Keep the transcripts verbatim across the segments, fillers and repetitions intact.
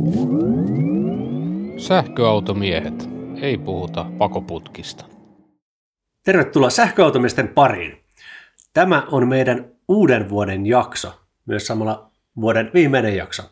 Sähköautomiehet. Ei puhuta pakoputkista. Tervetuloa sähköautomiesten pariin. Tämä on meidän uuden vuoden jakso, myös samalla vuoden viimeinen jakso.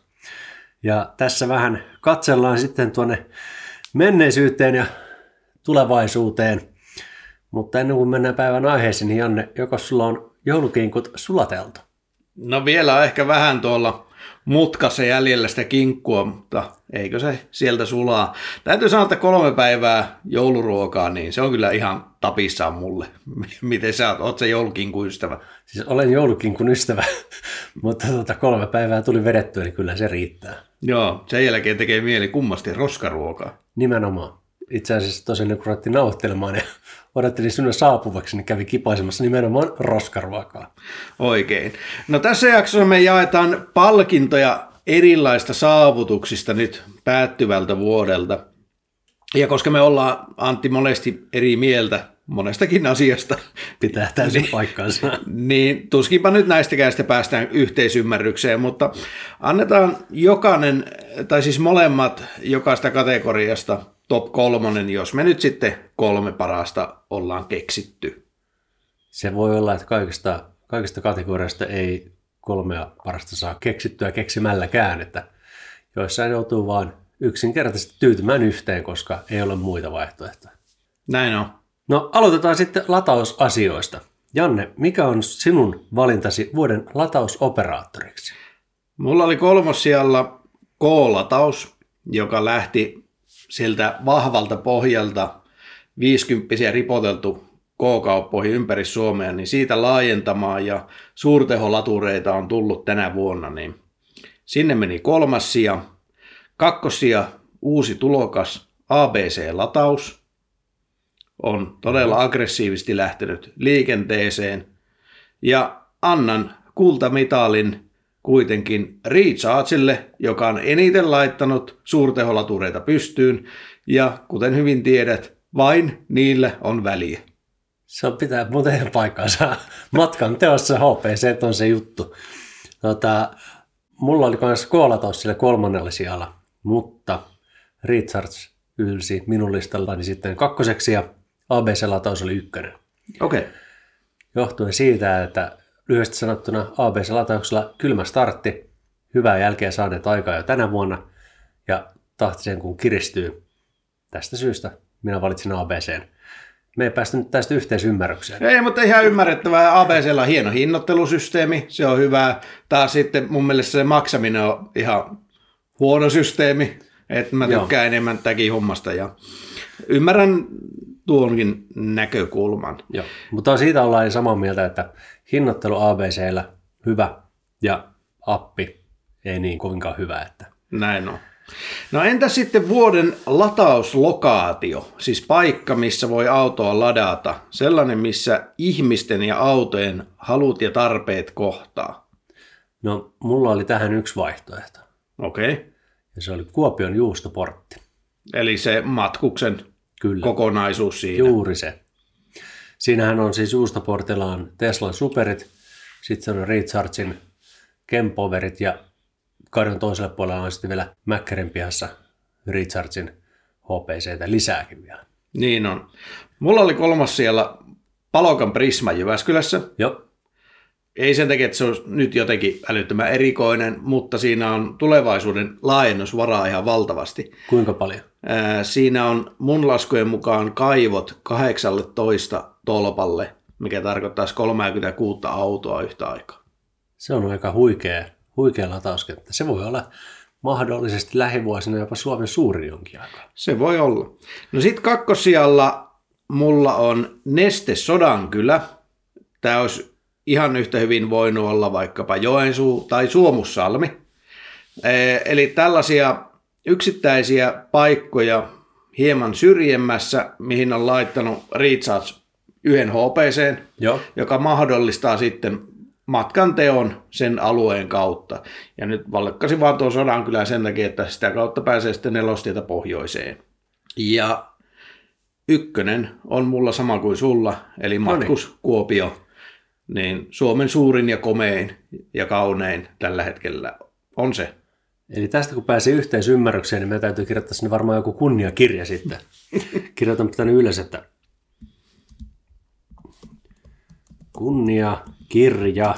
Ja tässä vähän katsellaan sitten tuonne menneisyyteen ja tulevaisuuteen. Mutta ennen kuin mennään päivän aiheisiin, niin Janne, joko sulla on joulukinkut sulateltu? No vielä on ehkä vähän tuolla mutkassa jäljellä sitä kinkkua, mutta eikö se sieltä sulaa. Täytyy sanoa, että kolme päivää jouluruokaa, niin se on kyllä ihan tapissaan mulle. Miten sä oot? Oot se joulukinkun ystävä? Siis olen joulukinkun ystävä, mutta tuota, kolme päivää tuli vedettyä, niin kyllä se riittää. Joo, sen jälkeen tekee mieli kummasti roskaruokaa. Nimenomaan. Itse asiassa tosiaan kun ruvettiin nauhoittelemaan ja odottelin sinne saapuvaksi, niin kävi kipaisemassa nimenomaan roskaruokaa. Oikein. No tässä jaksossa me jaetaan palkintoja erilaista saavutuksista nyt päättyvältä vuodelta. Ja koska me ollaan, Antti, monesti eri mieltä monestakin asiasta. Pitää täysin niin, paikkaansa. Niin tuskinpa nyt näistäkään sitten päästään yhteisymmärrykseen, mutta annetaan jokainen, tai siis molemmat jokaista kategoriasta top kolmonen, jos me nyt sitten kolme parasta ollaan keksitty. Se voi olla, että kaikista, kaikista kategoriasta ei kolmea parasta saa keksittyä keksimälläkään, että joissain joutuu vaan yksinkertaisesti tyytymään yhteen, koska ei ole muita vaihtoehtoja. Näin on. No aloitetaan sitten latausasioista. Janne, mikä on sinun valintasi vuoden latausoperaattoriksi? Mulla oli kolmossijalla K-lataus, joka lähti sieltä vahvalta pohjalta viisikymppisiä ripoteltu K-kauppoihin ympäri Suomea, niin siitä laajentamaan ja suurteholatureita on tullut tänä vuonna, niin sinne meni kolmas sija. Kakkossija uusi tulokas A B C-lataus on todella aggressiivisesti lähtenyt liikenteeseen ja annan kultamitalin kuitenkin Rechargelle, joka on eniten laittanut suurteholatureita pystyyn ja kuten hyvin tiedät, vain niillä on väliä. Se on pitää muuten paikkaansa. Matkan teossa H P C on se juttu. Tota, mulla oli myös K-lataus sillä kolmannella sijalla, mutta Recharge ylsi minun listallani sitten kakkoseksi ja A B C-lataus oli ykkönen. Okei. Okay. Johtuen siitä, että lyhyesti sanottuna A B C-latauksella kylmä startti, hyvää jälkeä saaneet aikaa jo tänä vuonna ja tahti sen kun kiristyy. Tästä syystä minä valitsin A B C:n. Me ei päästy nyt tästä yhteisymmärrykseen. Ei, mutta ihan ymmärrettävää. A B C:llä on hieno hinnoittelusysteemi, se on hyvä. Taas sitten mun mielestä se maksaminen on ihan huono systeemi, että mä tykkään Joo. enemmän tämäkin hommasta ja ymmärrän tuonkin näkökulman. Joo, mutta siitä ollaan samaa mieltä, että hinnoittelu A B C:llä hyvä ja appi ei niin kovinkaan hyvä. Että... Näin on. No entä sitten vuoden latauslokaatio, siis paikka, missä voi autoa ladata, sellainen, missä ihmisten ja autojen halut ja tarpeet kohtaa? No, mulla oli tähän yksi vaihtoehto. Okei. Okay. Ja se oli Kuopion juustoportti. Eli se matkuksen Kyllä. kokonaisuus siinä. Juuri se. Siinähän on siis juustoportilla on Teslan Superit, sitten on Rechargein Kempoverit ja kadun toisella puolella on sitten vielä Mäkkärin pihassa Rechargein H P C:tä lisääkin vielä. Niin on. Mulla oli kolmas siellä Palokan Prisma Jyväskylässä. Joo. Ei sen takia, että se on nyt jotenkin älyttömän erikoinen, mutta siinä on tulevaisuuden laajennusvaraa ihan valtavasti. Kuinka paljon? Ää, siinä on mun laskujen mukaan kaivot kahdeksalletoista tolpalle, mikä tarkoittaisi kolmekymmentäkuusi autoa yhtä aikaa. Se on aika huikea. Huikea latauskenttä. Se voi olla mahdollisesti lähivuosina jopa Suomen suuri jonkin aikaa. Se voi olla. No sitten kakkossijalla mulla on Neste Sodankylä. Tämä olisi ihan yhtä hyvin voinut olla vaikkapa Joensuu tai Suomussalmi. Eli tällaisia yksittäisiä paikkoja hieman syrjemmässä, mihin on laittanut Recharge yhden H P C:n, Joo. joka mahdollistaa sitten matkan teon sen alueen kautta. Ja nyt valkkasin vaan tuon Sodankylän sen takia, että sitä kautta pääsee sitten nelostietä pohjoiseen. Ja ykkönen on mulla sama kuin sulla, eli matkus Noniin. Kuopio. Niin Suomen suurin ja komein ja kaunein tällä hetkellä on se. Eli tästä kun pääsee yhteisymmärrykseen, niin meidän täytyy kirjoittaa sinne varmaan joku kunniakirja sitten. Kirjoitan tänne ylös, että kunniakirja,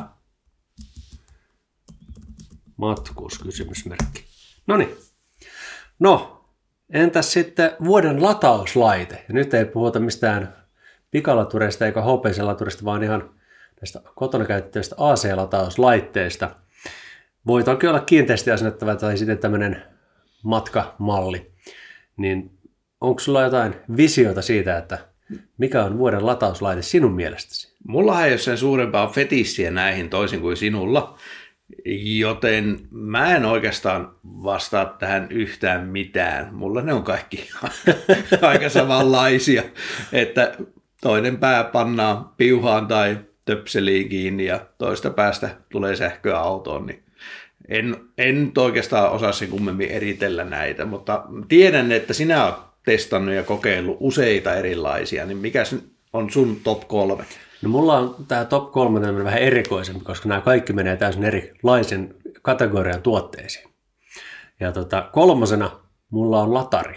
matkuus, kysymysmerkki. Noniin. No, entäs sitten vuoden latauslaite? Ja nyt ei puhuta mistään pikalatureista eikä H P C-laturista, vaan ihan näistä kotona käytettävistä A C-latauslaitteista. Voi toki olla kiinteästi asennettava tai sitten tämmöinen matkamalli. Niin onko sulla jotain visiota siitä, että mikä on vuoden latauslaite sinun mielestäsi? Mullahan ei ole sen suurempaa fetissiä näihin toisin kuin sinulla, joten mä en oikeastaan vastaa tähän yhtään mitään. Mulla ne on kaikki aika samanlaisia, että toinen pää pannaan piuhaan tai töpseliin kiinni ja toista päästä tulee sähköä autoon, niin en, en nyt oikeastaan osaa sen kummemmin eritellä näitä, mutta tiedän, että sinä olet testannut ja kokeillut useita erilaisia, niin mikä on sun top kolme? No mulla on tämä top kolme vähän erikoisempi, koska nämä kaikki menee täysin erilaisen kategorian tuotteisiin. Ja tota, kolmosena mulla on latari.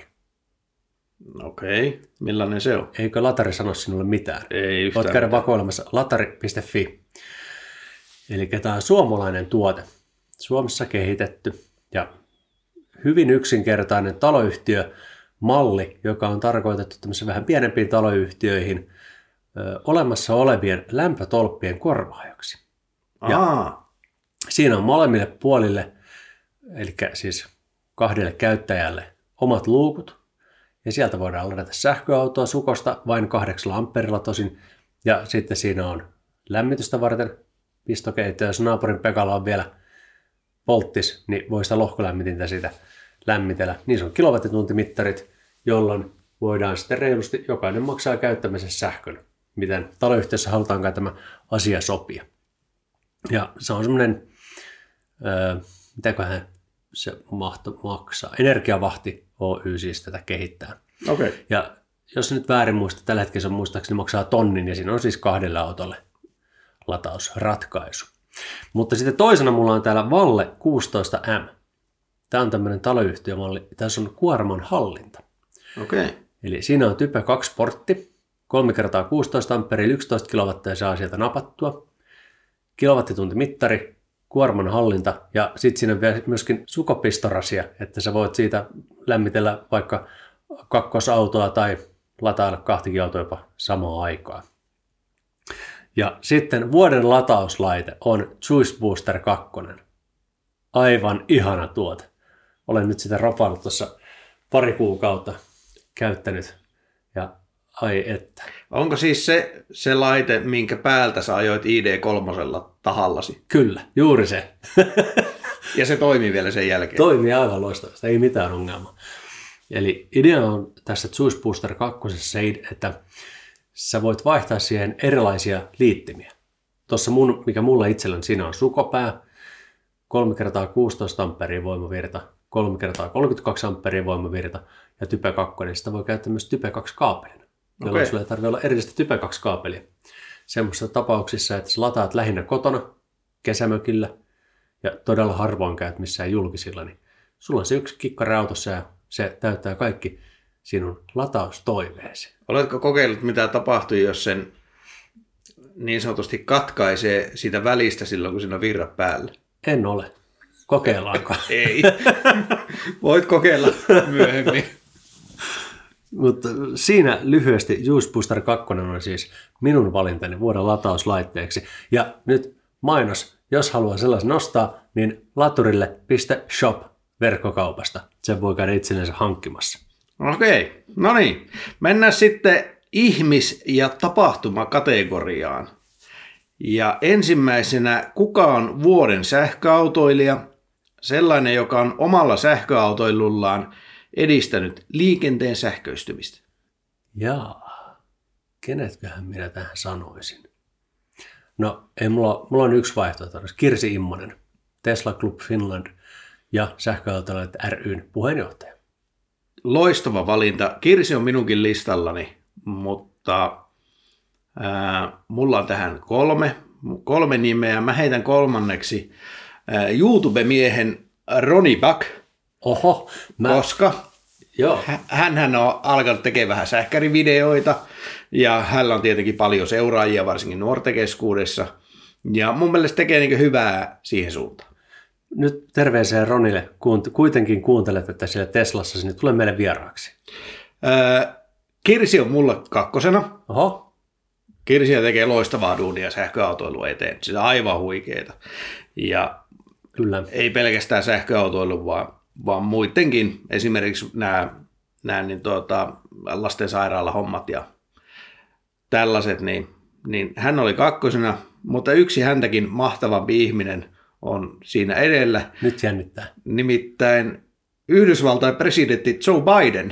Okei, millainen se on? Eikö latari sano sinulle mitään? Ei yhtään. Voit käydä vakoilemassa latari piste fi. Eli tämä on suomalainen tuote. Suomessa kehitetty ja hyvin yksinkertainen taloyhtiömalli, joka on tarkoitettu tämmöisiin vähän pienempiin taloyhtiöihin ö, olemassa olevien lämpötolppien korvaajaksi. Ja siinä on molemmille puolille, eli siis kahdelle käyttäjälle, omat luukut. Ja sieltä voidaan ladata sähköautoa sukosta vain kahdeksalla amperilla tosin. Ja sitten siinä on lämmitystä varten pistokeitto. Jos naapurin Pekalla on vielä polttis, niin voi sitä lohkolämmitintä siitä lämmitellä. Niissä on kilowattituntimittarit, jolloin voidaan sitten reilusti jokainen maksaa käyttämisessä sähkön, miten taloyhtiössä halutaankaan tämä asia sopia. Ja se on semmoinen, öö, mitäköhän se mahto maksaa. Energiavahti Oy siis tätä kehittää. Okay. Ja jos nyt väärin muista, tällä hetkellä se muistaakseni maksaa tonnin, ja siinä on siis kahdelle autolle latausratkaisu. Mutta sitten toisena mulla on täällä Valle kuusitoista M. Tämä on tämmöinen taloyhtiömalli. Tässä on kuorman hallinta. Okay. Eli siinä on Type kaksi portti, kolme kertaa kuusitoista amperia, yksitoista kilowattia saa sieltä napattua. Kilowattituntimittari, kuorman hallinta ja sitten siinä on myöskin sukopistorasia, että sä voit siitä lämmitellä vaikka kakkosautoa tai latailla kahtakin autoa jopa samaan aikaan. Ja sitten vuoden latauslaite on Juice Booster kaksi. Aivan ihana tuote. Olen nyt sitä rapannut tuossa pari kuukautta käyttänyt ja ai että. Onko siis se, se laite, minkä päältä sä ajoit I D kolme tahallasi? Kyllä, juuri se. Ja se toimii vielä sen jälkeen? Toimii aivan loistavasti, ei mitään ongelmaa. Eli idea on tässä Juice Booster kaksi se, että sä voit vaihtaa siihen erilaisia liittimiä. Tuossa mun, mikä mulla itsellä on, siinä on sukopää, kolme kertaa kuusitoista amperia voimavirta, kolme kertaa kolmekymmentäkaksi amperia voimavirta ja Type kaksi, niin sitä voi käyttää myös Type kaksi kaapelina, jolloin okay. Sulla ei tarvitse olla erillistä Type kaksi kaapelia. Semmoisissa tapauksissa, että sä lataat lähinnä kotona, kesämökillä ja todella harvoin käyt missään julkisilla, niin sulla on se yksi kikkari autossa ja se täyttää kaikki sinun lataustoiveesi. Oletko kokeillut, mitä tapahtuu, jos sen niin sanotusti katkaisee siitä välistä silloin, kun siinä on virrat päällä? En ole. Kokeillaanko? Ei. Voit kokeilla myöhemmin. Mutta siinä lyhyesti Juice Booster kaksi on siis minun valintani vuoden latauslaitteeksi. Ja nyt mainos, jos haluaa sellaisen nostaa, niin laturille piste shop verkkokaupasta. Sen voi käydä itsellensä hankkimassa. Okei, no niin. Mennään sitten ihmis- ja tapahtumakategoriaan. Ja ensimmäisenä, kuka on vuoden sähköautoilija? Sellainen, joka on omalla sähköautoilullaan edistänyt liikenteen sähköistymistä. Jaa, kenetköhän minä tähän sanoisin? No, ei mulla, mulla on yksi vaihtoehto, Kirsi Immonen, Tesla Club Finland ja Sähköautoilijat ry:n puheenjohtaja. Loistava valinta. Kirsi on minunkin listallani, mutta ää, mulla on tähän kolme, kolme nimeä. Mä heitän kolmanneksi ää, YouTube-miehen Ronnie Buck, Oho, mä... koska Joo. hänhän on alkanut tekemään vähän sähkärivideoita ja hänellä on tietenkin paljon seuraajia, varsinkin nuorten keskuudessa. Ja mun mielestä tekee niin hyvää siihen suuntaan. Nyt terveisiä Ronille. Kuunt- kuitenkin kuuntelet, että siellä Teslassa sinne tulee meille vieraaksi. Öö, Kirsi on mulla kakkosena. Oho. Kirsi tekee loistavaa duunia sähköautoilua eteen. Sitä on aivan huikeeta. Ja Kyllä. ei pelkästään sähköautoilu, vaan, vaan muidenkin. Esimerkiksi nämä, nämä niin tuota, lastensairaalahommat ja tällaiset. Niin, niin hän oli kakkosena, mutta yksi häntäkin mahtavampi ihminen on siinä edellä. Nyt jännittää. Nimittäin Yhdysvaltain presidentti Joe Biden,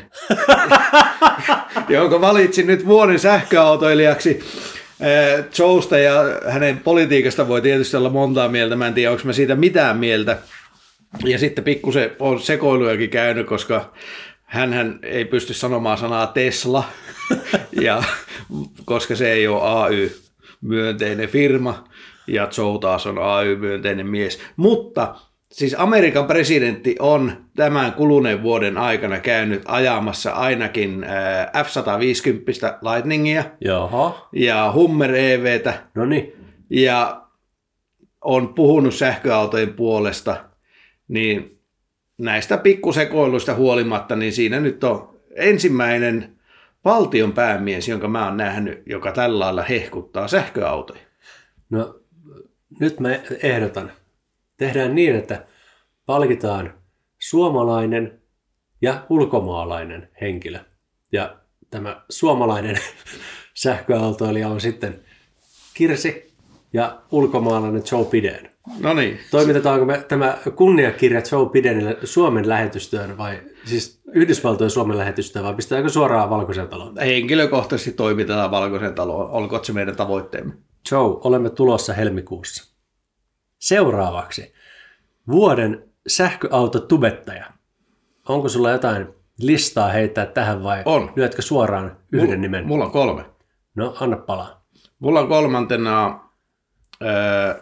jonka valitsin nyt vuoden sähköautoilijaksi. Joesta ja hänen politiikasta voi tietysti olla montaa mieltä, mä en tiedä, onko mä siitä mitään mieltä. Ja sitten pikkusen on sekoilujakin käynyt, koska hänhän ei pysty sanomaan sanaa Tesla, ja, koska se ei ole A Y-myönteinen firma, ja Joe taas on A Y-myönteinen mies. Mutta siis Amerikan presidentti on tämän kuluneen vuoden aikana käynyt ajamassa ainakin F sata viisikymmentä Lightningia Jaha. ja Hummer E V:tä No niin. ja on puhunut sähköautojen puolesta, niin näistä pikkusekoiluista huolimatta, niin siinä nyt on ensimmäinen valtion päämies, jonka mä oon nähnyt, joka tällä lailla hehkuttaa sähköautoja. No nyt mä ehdotan. Tehdään niin, että palkitaan suomalainen ja ulkomaalainen henkilö. Ja tämä suomalainen sähköautoilija on sitten Kirsi ja ulkomaalainen Joe Biden. No niin. Toimitetaanko me tämä kunniakirja Joe Bidenille Suomen lähetystöön vai siis Yhdysvaltojen Suomen lähetystöön vai pistetäänkö suoraan Valkoisen taloon? Henkilökohtaisesti toimitetaan Valkoisen taloon. Olkoon se meidän tavoitteemme? Joe, olemme tulossa helmikuussa. Seuraavaksi vuoden sähköautotubettaja. Onko sulla jotain listaa heittää tähän vai on. lyötkö suoraan yhden Mulla, nimen? Mulla on kolme. No, anna palaa. Mulla on kolmantena äh,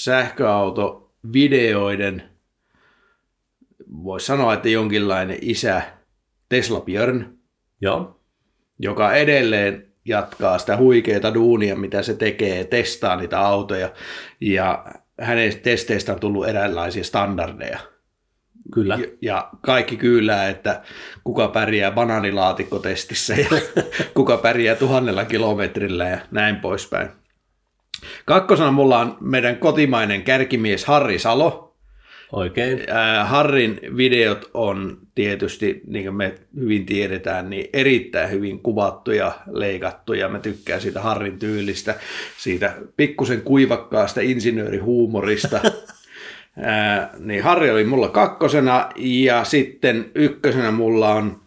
sähköautovideoiden, voisi sanoa, että jonkinlainen isä Tesla Björn, Joo. joka edelleen jatkaa sitä huikeaa duunia, mitä se tekee, testaa niitä autoja, ja hänen testeistä on tullut eräänlaisia standardeja. Kyllä. Ja, ja kaikki kyylää, että kuka pärjää banaanilaatikkotestissä ja kuka pärjää tuhannella kilometrillä ja näin poispäin. Kakkosena mulla on meidän kotimainen kärkimies Harri Salo. Oikein. Äh, Harrin videot on tietysti, niin kuin me hyvin tiedetään, niin erittäin hyvin kuvattuja, leikattuja. Mä tykkään siitä Harrin tyylistä, siitä pikkusen kuivakkaasta insinöörihuumorista. Äh, niin Harri oli mulla kakkosena ja sitten ykkösenä mulla on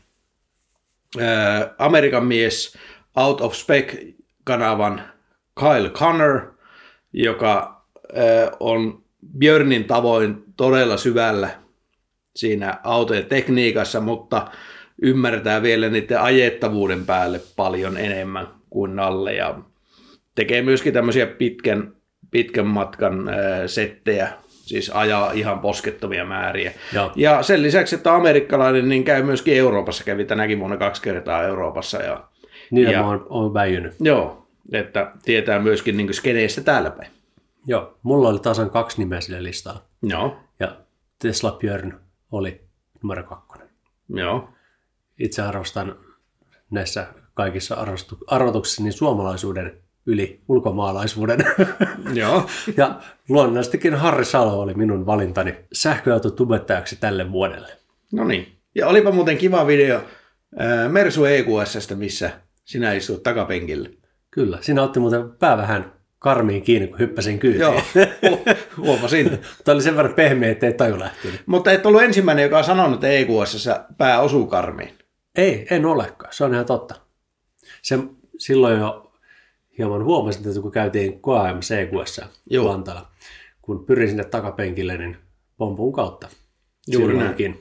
äh, Amerikan mies Out of Spec-kanavan Kyle Connor, joka äh, on Björnin tavoin todella syvällä siinä autojen tekniikassa, mutta ymmärtää vielä niiden ajettavuuden päälle paljon enemmän kuin Nalle ja tekee myöskin tämmöisiä pitkän, pitkän matkan äh, settejä, siis ajaa ihan poskettomia määriä. Joo. Ja sen lisäksi, että amerikkalainen, niin käy myöskin Euroopassa, kävi tänäkin vuonna kaksi kertaa Euroopassa. Ja, Niitä ja, mä oon, oon väijynyt. Joo, että tietää myöskin niin skeneistä täällä päin. Joo, mulla oli tasan kaksi nimeä sille listalla. Joo. Ja Tesla Björn oli numero kakkonen. Joo. Itse arvostan näissä kaikissa arvostu- arvotuksissa niin suomalaisuuden yli ulkomaalaisuuden. Joo. Ja luonnollisestikin Harri Salo oli minun valintani sähköautotubettajaksi tälle vuodelle. No niin. Ja olipa muuten kiva video ää, Mersu E Q S:stä, missä sinä istut takapenkillä. Kyllä, siinä otti muuten pää vähän karmiin kiinni, kun hyppäsin kyytiin. Joo, huomasin. Tämä oli sen verran pehmeä, ettei taju lähtenyt. Mutta et ollut ensimmäinen, joka on sanonut, että E Q S:ssä pää osuu karmiin. Ei, en olekaan. Se on ihan totta. Se silloin jo hieman huomasin, että kun käytiin koeajamassa E Q S:ssä Vantaalla, kun pyrin sinne takapenkille, niin pompun kautta. Juuri näin.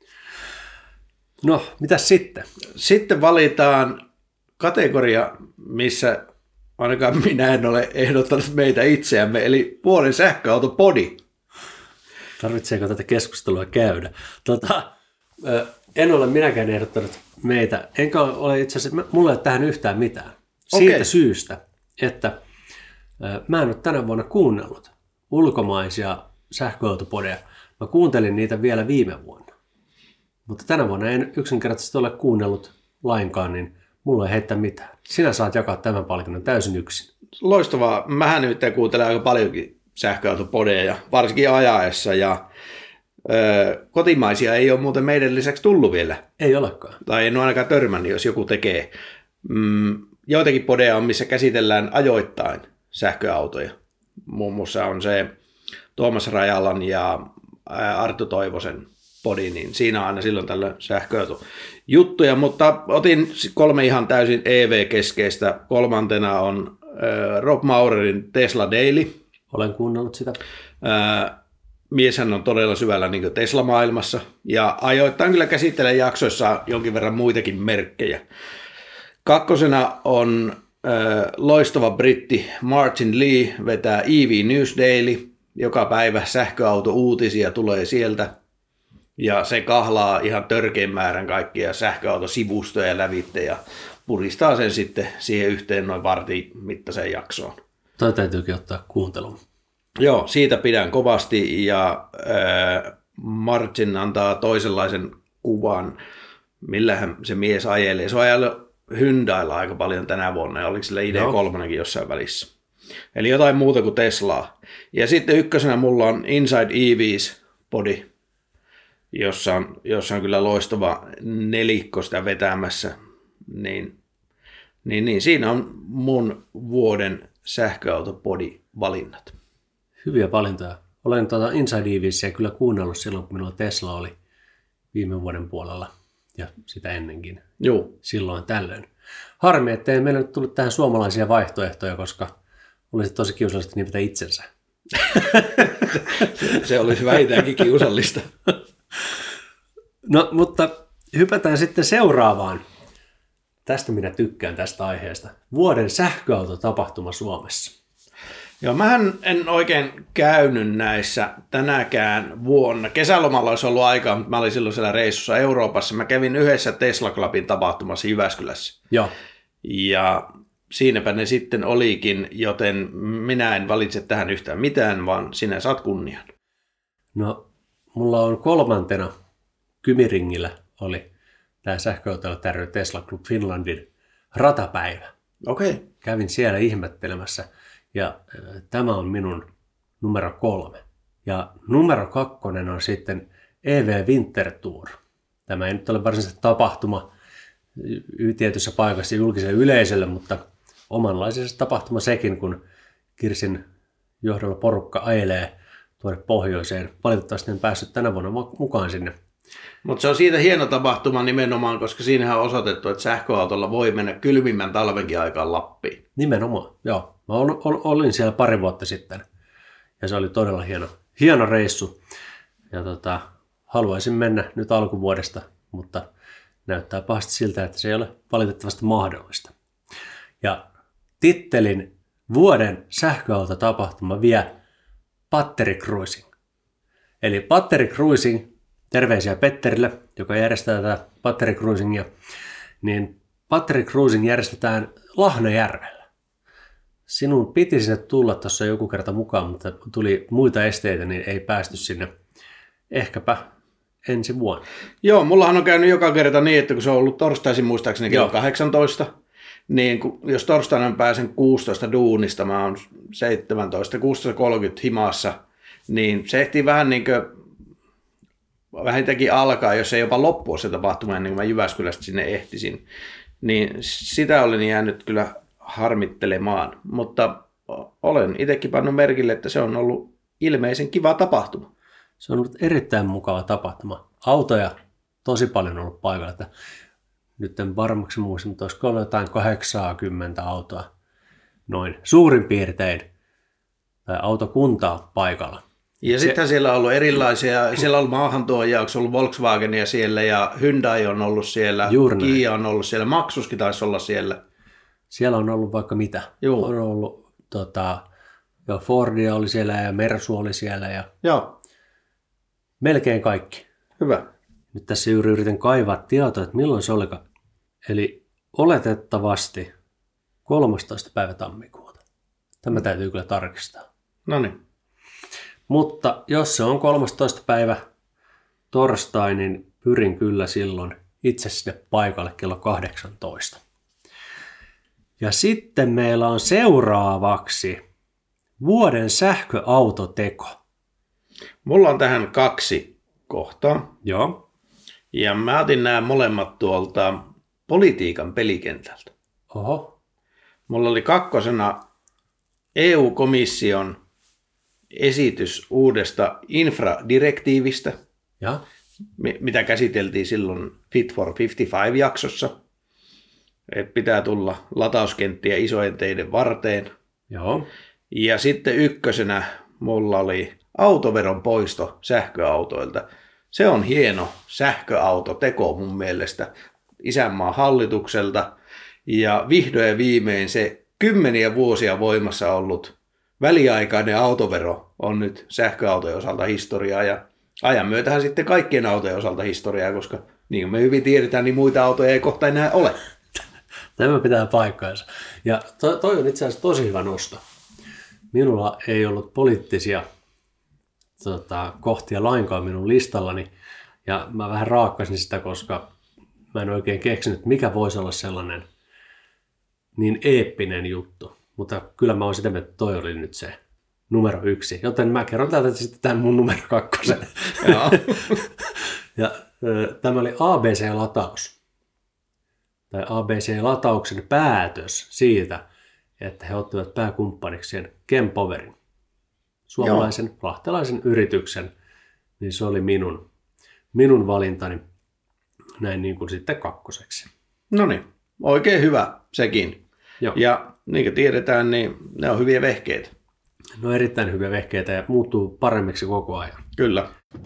No, mitäs sitten? Sitten valitaan kategoria, missä ainakaan minä en ole ehdottanut meitä itseämme, eli vuoden sähköautopodi. Tarvitseeko tätä keskustelua käydä? Tota, en ole minäkään ehdottanut meitä, enkä ole itse asiassa, mulla ei ole tähän yhtään mitään. Siitä okay. syystä, että mä en ole tänä vuonna kuunnellut ulkomaisia sähköautopodeja. Mä kuuntelin niitä vielä viime vuonna. Mutta tänä vuonna en yksinkertaisesti ole kuunnellut lainkaan, niin mulla ei heittää mitään. Sinä saat jakaa tämän palkinnon täysin yksin. Loistavaa. Mähän nyt kuuntelen aika paljonkin sähköautopodeja, varsinkin ajaessa. Ja ö, kotimaisia ei ole muuten meidän lisäksi tullut vielä. Ei olekaan. Tai en ole ainakaan törmännyt, jos joku tekee. Mm, joitakin podeja on, missä käsitellään ajoittain sähköautoja. Muun muassa on se Tuomas Rajalan ja Arttu Toivosen podi, niin siinä on aina silloin tällä sähköautojuttuja, mutta otin kolme ihan täysin E V-keskeistä. Kolmantena on äh, Rob Maurerin Tesla Daily. Olen kuunnellut sitä. Äh, mieshän on todella syvällä niin kuin Tesla-maailmassa ja ajoittain kyllä käsittelee jaksoissa jonkin verran muitakin merkkejä. Kakkosena on äh, loistava britti Martin Lee vetää E V News Daily. Joka päivä sähköauto-uutisia tulee sieltä ja se kahlaa ihan törkeän määrän kaikkia sähköautosivustoja lävitse ja puristaa sen sitten siihen yhteen noin vartin mittaiseen jaksoon. Toi täytyykin ottaa kuunteluun. Joo, siitä pidän kovasti ja äh, Martin antaa toisenlaisen kuvan, millähän se mies ajelee. Se on ajellut Hyundailla aika paljon tänä vuonna ja oliko sillä I D kolme jossain välissä. Eli jotain muuta kuin Teslaa. Ja sitten ykkösenä mulla on Inside E Vs podi, jossa on, jossa on kyllä loistava nelikko sitä vetämässä. Niin, niin, niin siinä on mun vuoden sähköautopodi-valinnat. Hyviä valintoja. Olen tuota Inside E Vsia kyllä kuunnellut silloin, kun minulla Tesla oli viime vuoden puolella ja sitä ennenkin. Joo. Silloin tällöin. Harmi, ettei meillä nyt tullut tähän suomalaisia vaihtoehtoja, koska olisi tosi kiusallista nimetä itsensä. Se olisi vähintäänkin kiusallista. No, mutta hypätään sitten seuraavaan. Tästä minä tykkään tästä aiheesta. Vuoden sähköautotapahtuma Suomessa. Joo, mähän en oikein käynyt näissä tänäkään vuonna. Kesälomalla olisi ollut aikaa, mutta mä olin silloin siellä reissussa Euroopassa. Mä kävin yhdessä Tesla Clubin tapahtumassa Jyväskylässä. Joo. Ja siinäpä ne sitten olikin, joten minä en valitse tähän yhtään mitään, vaan sinä saat kunnian. No, mulla on kolmantena Kymiringillä oli tämä sähköautoilla tärry Tesla Club Finlandin ratapäivä. Okei. Okay. Kävin siellä ihmettelemässä ja äh, tämä on minun numero kolme. Ja numero kakkonen on sitten E V Winter Tour. Tämä ei nyt ole varsinaisesti tapahtuma tietyssä paikassa julkiselle yleisölle, mutta omanlaisessa tapahtuma sekin, kun Kirsin johdolla porukka ajelee tuonne pohjoiseen. Valitettavasti en päässyt tänä vuonna mukaan sinne. Mutta se on siitä hieno tapahtuma nimenomaan, koska siinähän on osoitettu, että sähköautolla voi mennä kylmimmän talvenkin aikaan Lappiin. Nimenomaan, joo. Mä olin siellä pari vuotta sitten ja se oli todella hieno, hieno reissu. Ja tota, haluaisin mennä nyt alkuvuodesta, mutta näyttää pahasti siltä, että se ei ole valitettavasti mahdollista. Ja tittelin vuoden sähköautotapahtuma vie Battery Cruising. Eli Battery Cruising, terveisiä Petterille, joka järjestää tätä Battery Cruisingia, niin Battery Cruising järjestetään Lahnajärvellä. Sinun piti sinne tulla tuossa joku kerta mukaan, mutta tuli muita esteitä, niin ei päästy sinne. Ehkäpä ensi vuonna. Joo, mullahan on käynyt joka kerta niin, että kun se on ollut torstaisin muistaakseni kello kahdeksantoista, niin kun, jos torstaina pääsen kuusitoista duunista, mä oon seitsemäntoista, kuusitoista kolmekymmentä himassa, niin se ehtii vähän niin kuin vähintäänkin alkaa, jos ei jopa loppua se tapahtuma ennen kuin mä Jyväskylästä sinne ehtisin. Niin sitä olin jäänyt kyllä harmittelemaan, mutta olen itsekin pannut merkille, että se on ollut ilmeisen kiva tapahtuma. Se on ollut erittäin mukava tapahtuma. Autoja tosi paljon ollut paikalla. Että nyt en varmaksi muista, mutta olisiko ollut jotain kahdeksankymmentä autoa noin suurin piirtein. Tai autokuntaa paikalla. Ja Se... sitten siellä on ollut erilaisia, siellä on ollut maahantuojia, onko ollut Volkswagenia siellä ja Hyundai on ollut siellä, Kia on ollut siellä, Maxuskin taisi olla siellä. Siellä on ollut vaikka mitä. Joo. On ollut, tota, jo Fordia oli siellä ja Mersu oli siellä. Ja Joo. Melkein kaikki. Hyvä. Nyt tässä juuri yritän kaivaa tietoa, että milloin se olikaan. Eli oletettavasti kolmastoista päivä tammikuuta. Tämä täytyy kyllä tarkistaa. No niin. Mutta jos se on kolmastoista päivä torstai, niin pyrin kyllä silloin itse sinne paikalle kello kahdeksantoista. Ja sitten meillä on seuraavaksi vuoden sähköautoteko. Mulla on tähän kaksi kohtaa. Joo. Ja mä otin nämä molemmat tuolta politiikan pelikentältä. Oho. Mulla oli kakkosena E U-komission esitys uudesta infradirektiivistä, Ja. mitä käsiteltiin silloin Fit for viisikymmentäviisi-jaksossa. Että pitää tulla latauskenttiä isojen teiden varteen. Joo. Ja sitten ykkösenä mulla oli autoveron poisto sähköautoilta. Se on hieno sähköautoteko mun mielestä isänmaan hallitukselta. Ja vihdoin ja viimein se kymmeniä vuosia voimassa ollut väliaikainen autovero on nyt sähköautojen osalta historiaa. Ja ajan myötähän sitten kaikkien autojen osalta historiaa, koska niin kuin me hyvin tiedetään, niin muita autoja ei kohta enää ole. Tämä pitää paikkaansa. Ja toi, toi on itse asiassa tosi hyvä nosto. Minulla ei ollut poliittisia tota, kohtia lainkaan minun listallani. Ja mä vähän raakkasin sitä, koska mä en oikein keksinyt, mikä voisi olla sellainen niin eeppinen juttu. Mutta kyllä mä oon sitä mieltä, että toi oli nyt se numero yksi. Joten mä kerron täältä sitten tämän mun numero kakkosen. Ja ö, tämä oli A B C-lataus. Tai A B C-latauksen päätös siitä, että he ottivat pääkumppanikseen Kempowerin, suomalaisen Joo. lahtelaisen yrityksen, niin se oli minun, minun valintani näin niin kuin sitten kakkoseksi. No niin, oikein hyvä sekin. Joo. Ja niin kuin tiedetään, niin ne on hyviä vehkeitä. No erittäin hyviä vehkeitä ja muuttuu paremmiksi koko ajan. Kyllä.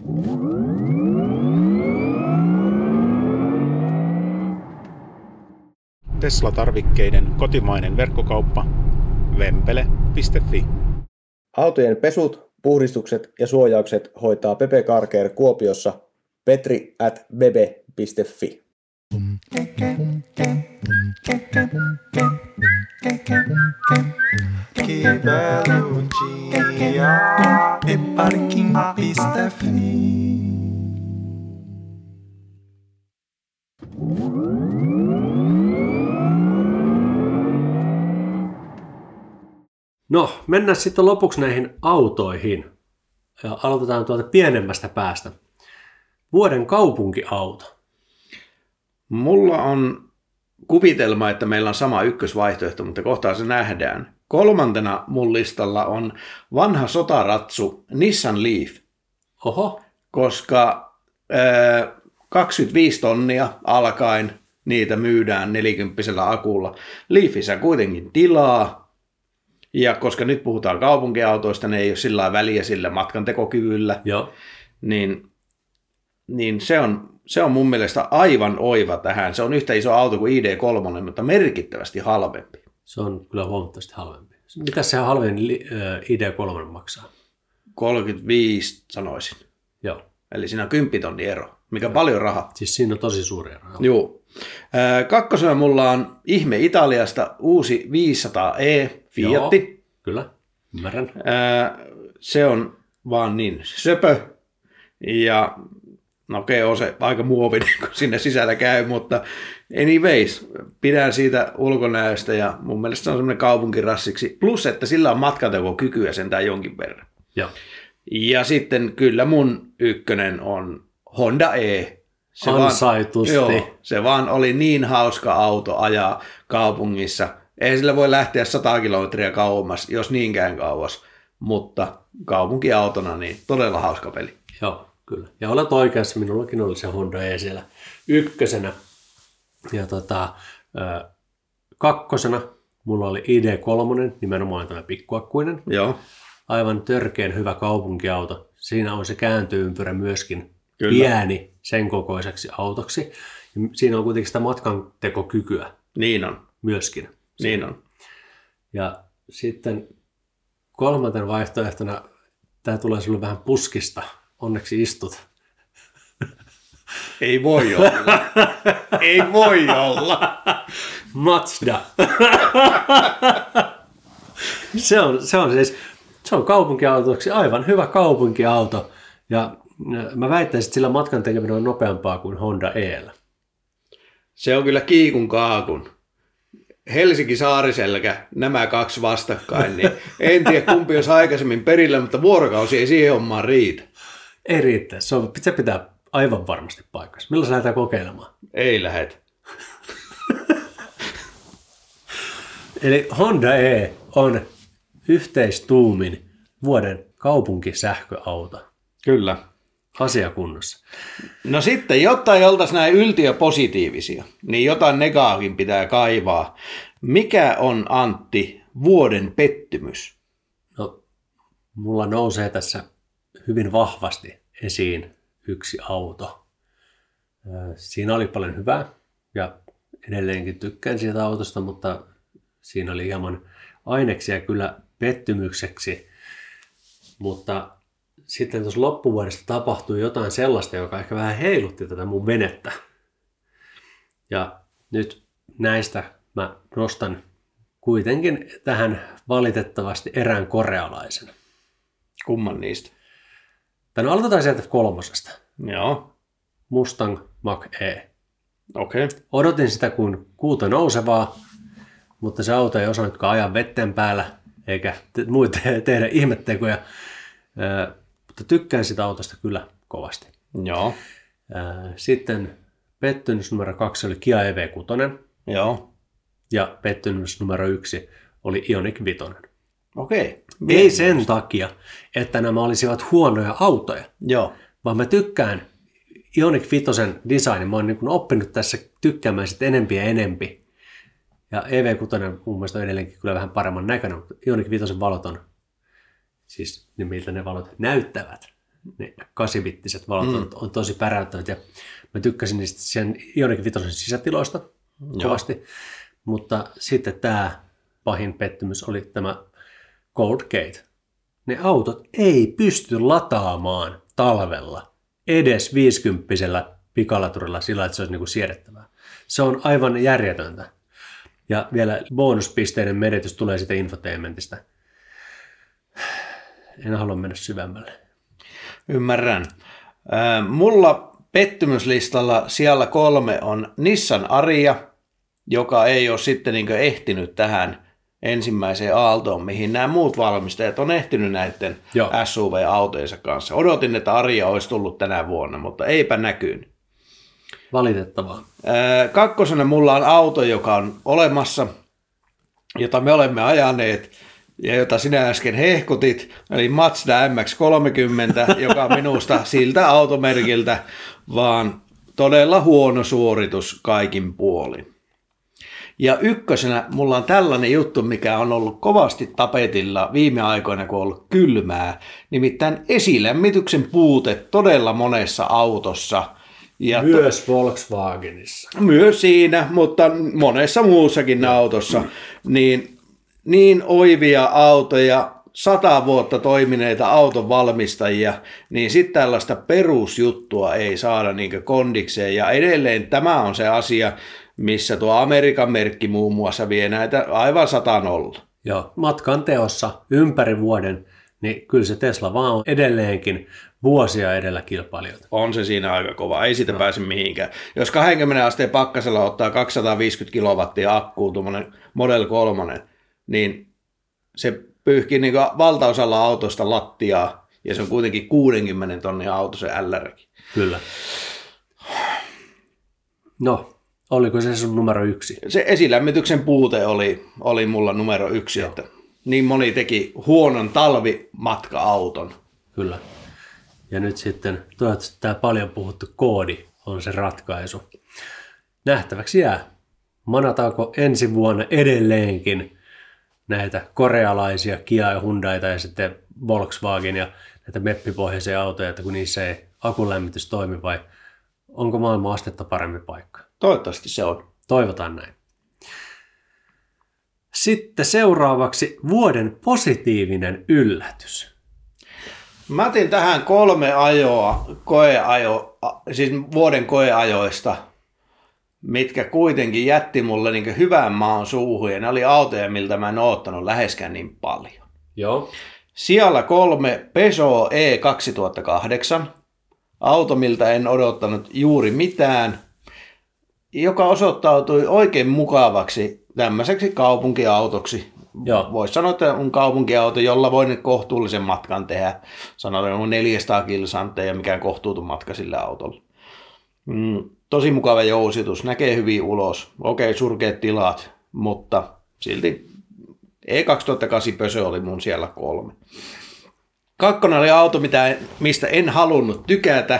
Tesla-tarvikkeiden kotimainen verkkokauppa vempele piste fi. Autojen pesut, puhdistukset ja suojaukset hoitaa Pepe Car Care Kuopiossa petri at bebe piste fi. Que belo dia e parking piste fi. No, mennään sitten lopuksi näihin autoihin. Ja aloitetaan tuolta pienemmästä päästä. Vuoden kaupunkiauto. Mulla on kuvitelma, että meillä on sama ykkösvaihtoehto, mutta kohtaa se nähdään. Kolmantena mun listalla on vanha sotaratsu Nissan Leaf, Oho. koska ää, kaksikymmentäviisi tonnia alkaen niitä myydään nelikymppisellä akulla. Leafissä kuitenkin tilaa, ja koska nyt puhutaan kaupunkiautoista, ne ei ole sillä väliä sillä matkantekokyvyllä, Joo. niin, niin se, on, se on mun mielestä aivan oiva tähän. Se on yhtä iso auto kuin I D kolme, mutta merkittävästi halvempi. Se on kyllä huomattavasti halvempi. Mitä se halvin I D kolme maksaa? kolmekymmentäviisi sanoisin. Joo. Eli siinä on kymmenen tonni ero, mikä on paljon rahaa. Siis siinä on tosi suuri ero. Joo. Kakkosena mulla on ihme Italiasta uusi viisisataa E Fiatti. Joo, kyllä, ymmärrän. Se on vaan niin söpö. Ja no okei, okay, on se aika muovinen, kun sinne sisällä käy, mutta anyways, pidän siitä ulkonäöstä ja mun mielestä se on semmoinen kaupunkirassiksi. Plus, että sillä on matkantekokykyä sentään jonkin verran. Joo. Ja sitten kyllä mun ykkönen on Honda E. Se Ansaitusti. Vaan, joo, se vaan oli niin hauska auto ajaa kaupungissa. Ei sillä voi lähteä sata kilometriä kauemmas, jos niinkään kauas, mutta kaupunkiautona niin todella hauska peli. Joo, kyllä. Ja olet oikeassa, minullakin oli se Honda E siellä ykkösenä. Ja tota, kakkosena mulla oli I D kolme, nimenomaan tämä pikkuakkuinen. Joo. Aivan törkeän hyvä kaupunkiauto. Siinä on se kääntyympyrä myöskin Kyllä. pieni sen kokoiseksi autoksi. Ja siinä on kuitenkin sitä matkantekokykyä Niin on. myöskin. Niin on. Ja sitten kolmantena vaihtoehtona, tämä tulee sulle vähän puskista, onneksi istut. Ei voi olla. Ei voi olla. Mazda. se, on, se on siis se on kaupunkiautoksi aivan hyvä kaupunkiauto. Ja mä väittäisin, että sillä matkan tekeminen on nopeampaa kuin Honda E:llä. Se on kyllä kiikun kaakun. Helsinki-Saariselkä, nämä kaksi vastakkain, niin en tiedä kumpi olisi aikaisemmin perillä, mutta vuorokausi ei siihen hommaan riitä. Ei riittää, se, on, se pitää aivan varmasti paikassa. Milloin sä lähdetään kokeilemaan? Ei lähdet. Eli Honda E on yhteistuumin vuoden kaupunkisähköauto. Kyllä. Asiakunnossa. No sitten, jotta ei oltaisi näin yltiöpositiivisia, niin jotain negaakin pitää kaivaa. Mikä on, Antti, vuoden pettymys? No, mulla nousee tässä hyvin vahvasti esiin yksi auto. Siinä oli paljon hyvää ja edelleenkin tykkään siitä autosta, mutta siinä oli hieman aineksia kyllä pettymykseksi. Mutta sitten tuossa loppuvuodesta tapahtui jotain sellaista, joka ehkä vähän heilutti tätä mun venettä. Ja nyt näistä mä nostan kuitenkin tähän valitettavasti erään korealaisen. Kumman niistä? Tänne aloitetaan sieltä kolmosesta. Joo. Mustang Mach-E. Okei. Okay. Odotin sitä kuin kuuta nousevaa, mutta se auto ei osannutkaan ajaa vetten päällä eikä te- muita tehdä ihmettekoja. Ö, mutta tykkään sitä autosta kyllä kovasti. Joo. Ö, sitten pettymys numero kaksi oli Kia E V kuusi Joo. ja pettymys numero yksi oli Ioniq viisi. Okei. Ei sen takia, että nämä olisivat huonoja autoja, Joo. vaan mä tykkään Ioniq viisi designin. Mä oon niin kuin oppinut tässä tykkäämään sitten enempi ja enempi. Ja E V kuusi mun mielestä on edelleenkin kyllä vähän paremman näköinen, mutta Ioniq viisi valot on, siis ne miltä ne valot näyttävät, ne kahdeksanbittiset valot mm. on, on tosi päräyttävät. Ja mä tykkäsin niistä sen Ioniq viisi sisätiloista kovasti, Joo. mutta sitten tämä pahin pettymys oli tämä Cold Gate. Ne autot ei pysty lataamaan talvella edes viisikymppisellä pikalaturilla sillä, että se olisi niin kuin siedettävää. Se on aivan järjetöntä. Ja vielä bonuspisteiden menetys tulee sitten infotainmentista. En halua mennä syvemmälle. Ymmärrän. Äh, mulla pettymyslistalla siellä kolme on Nissan Ariya, joka ei ole sitten niin kuin ehtinyt tähän ensimmäiseen aaltoon, mihin nämä muut valmistajat on ehtinyt näiden Joo. S U V-autojensa kanssa. Odotin, että Ariya olisi tullut tänä vuonna, mutta eipä näkynyt. Valitettavaa. Kakkosena mulla on auto, joka on olemassa, jota me olemme ajaneet ja jota sinä äsken hehkutit, eli Mazda M X kolmekymmentä, joka on minusta siltä automerkiltä vaan todella huono suoritus kaikin puolin. Ja ykkösenä mulla on tällainen juttu, mikä on ollut kovasti tapetilla viime aikoina, kun on ollut kylmää, nimittäin esilämmityksen puute todella monessa autossa. Ja myös to- Volkswagenissa. Myös siinä, mutta monessa muussakin no. autossa. Niin, niin oivia autoja, sata vuotta toimineita auton valmistajia, niin sitten tällaista perusjuttua ei saada niinkö kondikseen. Ja edelleen tämä on se asia, missä tuo Amerikan merkki muun muassa vie näitä aivan sata nolla. Joo, matkan teossa ympäri vuoden, niin kyllä se Tesla vaan on edelleenkin vuosia edellä kilpailijoita. On se siinä aika kova, ei siitä no. pääse mihinkään. Jos kaksikymmentä asteen pakkasella ottaa kaksisataaviisikymmentä kilowattia akkuun tuommoinen Model kolme, niin se pyyhkii niin valtaosalla autosta lattiaa, ja se on kuitenkin kuusikymmentä tonnia auto se L R:kin. Kyllä. No, oliko se sun numero yksi? Se esilämmityksen puute oli, oli mulla numero yksi, Joo. että niin moni teki huonon talvimatka-auton. Kyllä. Ja nyt sitten toivottavasti tämä paljon puhuttu koodi on se ratkaisu. Nähtäväksi jää. Manataanko ensi vuonna edelleenkin näitä korealaisia Kia ja Hyundaita ja sitten Volkswagen ja näitä meppipohjaisia autoja, että kun niissä ei akunlämmitys toimi, vai onko maailman astetta paremmin paikka? Toivottavasti se on. Toivotaan näin. Sitten seuraavaksi vuoden positiivinen yllätys. Mä otin tähän kolme ajoa, koeajo, siis vuoden koeajoista, mitkä kuitenkin jätti mulle niin hyvän maan suuhun, ja ne oli autoja, miltä mä en ole ottanut läheskään niin paljon. Joo. Siellä kolme Peugeot E kaksituhattakahdeksan, auto, miltä en odottanut juuri mitään, joka osoittautui oikein mukavaksi tämmöiseksi kaupunkiautoksi. Voisi sanoa, että on kaupunkiauto, jolla voi kohtuullisen matkan tehdä. Sanotaan, on neljäsataa kilsantteja ja mikään kohtuuton matka sillä autolla. Mm, tosi mukava jousitus, näkee hyvin ulos. Okei, surkeat tilat, mutta silti E kaksituhattakahdeksan Peugeot oli mun siellä kolme. Kakkonen oli auto, mitä, mistä en halunnut tykätä,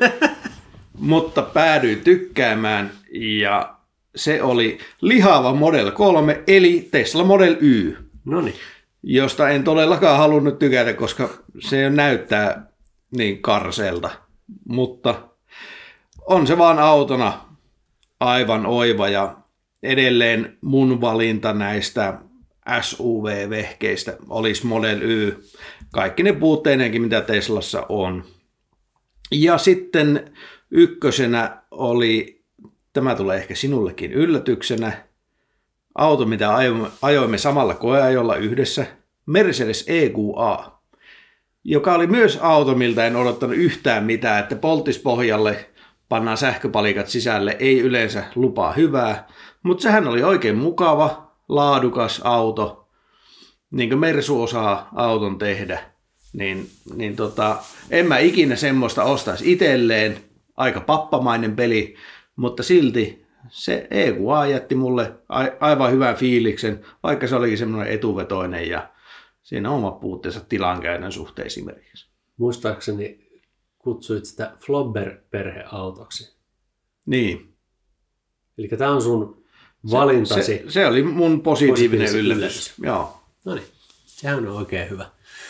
mutta päädyin tykkäämään, ja se oli lihava Model kolme, eli Tesla Model Y. Noniin. Josta en todellakaan halunnut tykätä, koska se näyttää niin karseelta. Mutta on se vaan autona aivan oiva, ja edelleen mun valinta näistä S U V-vehkeistä olisi Model Y. Kaikki ne puutteinenkin, mitä Teslassa on. Ja sitten ykkösenä oli, tämä tulee ehkä sinullekin yllätyksenä, auto, mitä ajoimme samalla koeajolla yhdessä, Mercedes E Q A, joka oli myös auto, miltä en odottanut yhtään mitään, että polttispohjalle pannaan sähköpalikat sisälle, ei yleensä lupaa hyvää, mutta sehän oli oikein mukava, laadukas auto, niin kuin Mersu osaa auton tehdä, niin, niin tota, en mä ikinä semmoista ostaisi itselleen, aika pappamainen peli, mutta silti se E Q A jätti mulle aivan hyvän fiiliksen, vaikka se olikin semmoinen etuvetoinen ja siinä on oma puutteensa tilankäytön suhteen esimerkiksi. Muistaakseni kutsuit sitä Flobber-perheautoksi. Niin. Eli tämä on sun valintasi. Se, se, se oli mun positiivinen yllätys. yllätys. Joo. No niin, sehän on oikein hyvä.